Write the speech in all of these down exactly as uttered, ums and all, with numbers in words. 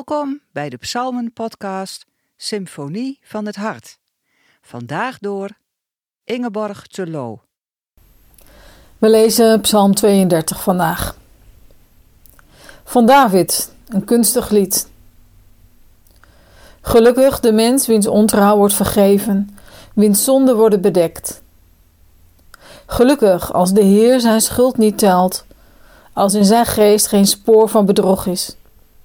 Welkom bij de Psalmen-podcast Symfonie van het Hart. Vandaag door Ingeborg Terlouw. We lezen Psalm tweeëndertig vandaag. Van David, een kunstig lied. Gelukkig de mens wiens ontrouw wordt vergeven, wiens zonden worden bedekt. Gelukkig als de Heer zijn schuld niet telt, als in zijn geest geen spoor van bedrog is.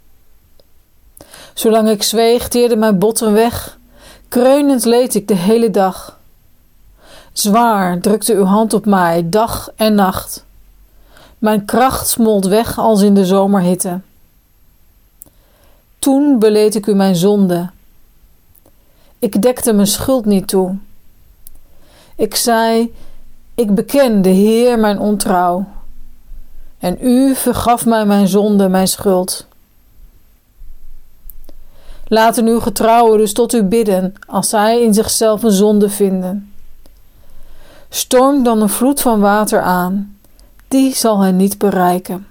Zolang ik zweeg, teerde mijn botten weg, kreunend leed ik de hele dag. Zwaar drukte uw hand op mij, dag en nacht. Mijn kracht smolt weg als in de zomerhitte. Toen beleed ik u mijn zonde. Ik dekte mijn schuld niet toe. Ik zei, ik beken de Heer mijn ontrouw. En u vergaf mij mijn zonde, mijn schuld. Laten uw getrouwen dus tot u bidden, als zij in zichzelf een zonde vinden. Stormt dan een vloed van water aan, die zal hen niet bereiken.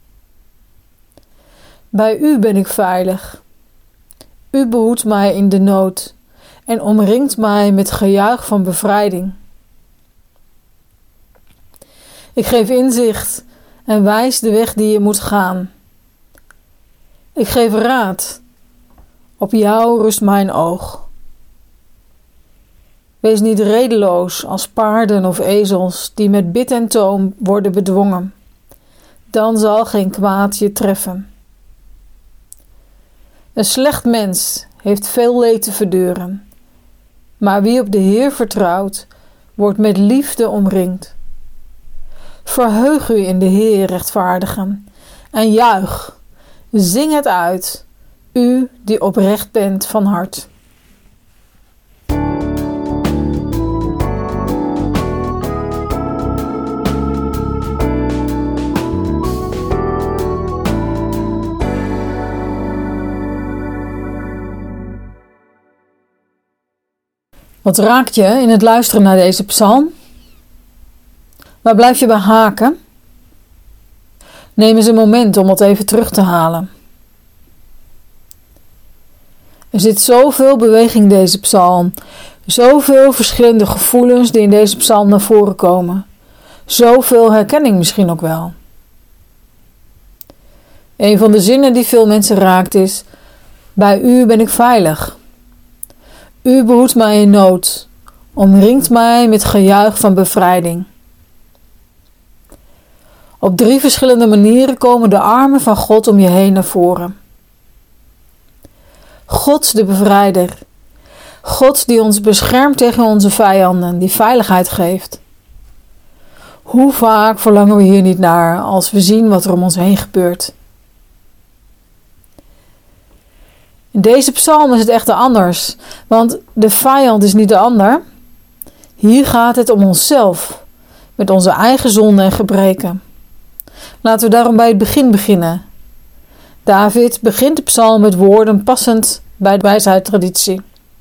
Bij u ben ik veilig. U behoedt mij in de nood en omringt mij met gejuich van bevrijding. Ik geef inzicht en wijs de weg die je moet gaan. Ik geef raad. Op jou rust mijn oog. Wees niet redeloos als paarden of ezels die met bit en toom worden bedwongen. Dan zal geen kwaad je treffen. Een slecht mens heeft veel leed te verduren, maar wie op de Heer vertrouwt, wordt met liefde omringd. Verheug u in de Heer, rechtvaardigen, en juich, zing het uit, u die oprecht bent van hart. Wat raakt je in het luisteren naar deze psalm? Waar blijf je bij haken? Neem eens een moment om het even terug te halen. Er zit zoveel beweging in deze psalm, zoveel verschillende gevoelens die in deze psalm naar voren komen, zoveel herkenning misschien ook wel. Een van de zinnen die veel mensen raakt is: bij u ben ik veilig. U behoedt mij in nood, omringt mij met gejuich van bevrijding. Op drie verschillende manieren komen de armen van God om je heen naar voren. God de bevrijder. God die ons beschermt tegen onze vijanden, die veiligheid geeft. Hoe vaak verlangen we hier niet naar als we zien wat er om ons heen gebeurt? In deze psalm is het echter anders, want de vijand is niet de ander. Hier gaat het om onszelf, met onze eigen zonden en gebreken. Laten we daarom bij het begin beginnen. David begint de psalm met woorden passend bij de wijsheidstraditie.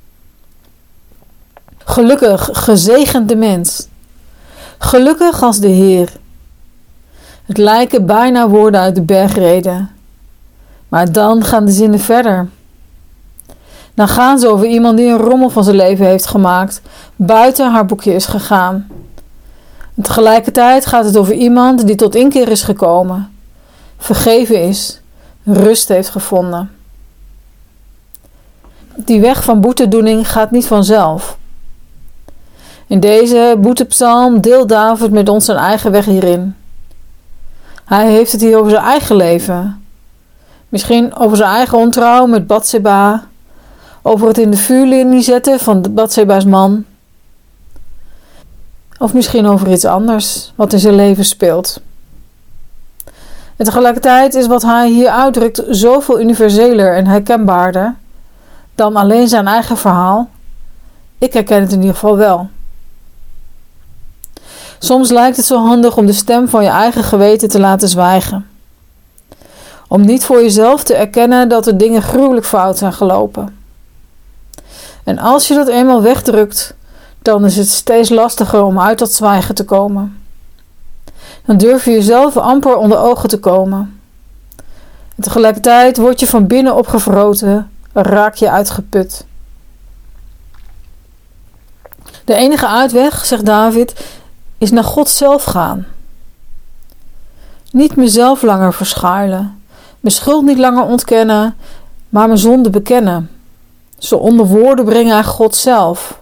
Gelukkig, gezegend de mens. Gelukkig als de Heer. Het lijken bijna woorden uit de bergreden. Maar dan gaan de zinnen verder. Dan gaan ze over iemand die een rommel van zijn leven heeft gemaakt, buiten haar boekje is gegaan. En tegelijkertijd gaat het over iemand die tot inkeer is gekomen, vergeven is, rust heeft gevonden. Die weg van boetedoening gaat niet vanzelf. In deze boetepsalm deelt David met ons zijn eigen weg hierin. Hij heeft het hier over zijn eigen leven. Misschien over zijn eigen ontrouw met Batseba, over het in de vuurlinie zetten van Batseba's man. Of misschien over iets anders wat in zijn leven speelt. En tegelijkertijd is wat hij hier uitdrukt zoveel universeler en herkenbaarder dan alleen zijn eigen verhaal. Ik herken het in ieder geval wel. Soms lijkt het zo handig om de stem van je eigen geweten te laten zwijgen. Om niet voor jezelf te erkennen dat er dingen gruwelijk fout zijn gelopen. En als je dat eenmaal wegdrukt, dan is het steeds lastiger om uit dat zwijgen te komen. Dan durf je jezelf amper onder ogen te komen. En tegelijkertijd word je van binnen opgevroten, raak je uitgeput. De enige uitweg, zegt David, is naar God zelf gaan. Niet mezelf langer verschuilen, mijn schuld niet langer ontkennen, maar mijn zonde bekennen. Ze onder woorden brengen aan God zelf.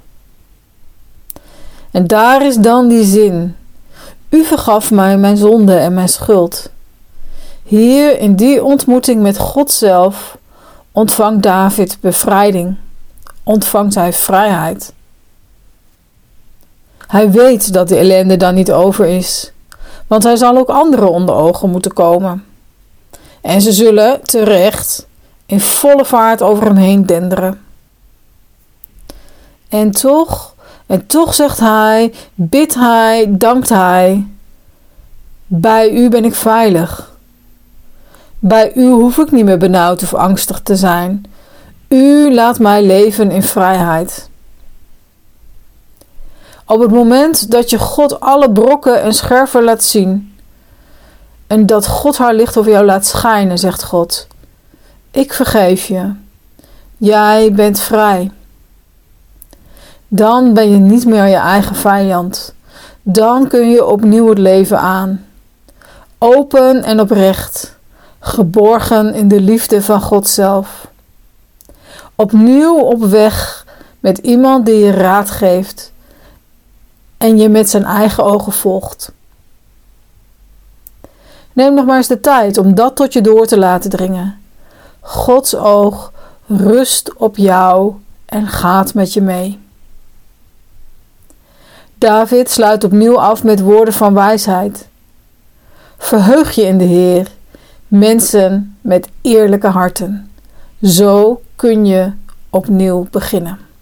En daar is dan die zin. U vergaf mij mijn zonde en mijn schuld. Hier in die ontmoeting met God zelf ontvangt David bevrijding, ontvangt hij vrijheid. Hij weet dat de ellende dan niet over is, want hij zal ook anderen onder ogen moeten komen. En ze zullen terecht in volle vaart over hem heen denderen. En toch, en toch zegt hij, bidt hij, dankt hij. Bij u ben ik veilig. Bij u hoef ik niet meer benauwd of angstig te zijn. U laat mij leven in vrijheid. Op het moment dat je God alle brokken en scherven laat zien en dat God haar licht over jou laat schijnen, zegt God, ik vergeef je. Jij bent vrij. Dan ben je niet meer je eigen vijand. Dan kun je opnieuw het leven aan. Open en oprecht. Geborgen in de liefde van God zelf. Opnieuw op weg met iemand die je raad geeft en je met zijn eigen ogen volgt. Neem nog maar eens de tijd om dat tot je door te laten dringen. Gods oog rust op jou en gaat met je mee. David sluit opnieuw af met woorden van wijsheid. Verheug je in de Heer, mensen met eerlijke harten. Zo kun je opnieuw beginnen.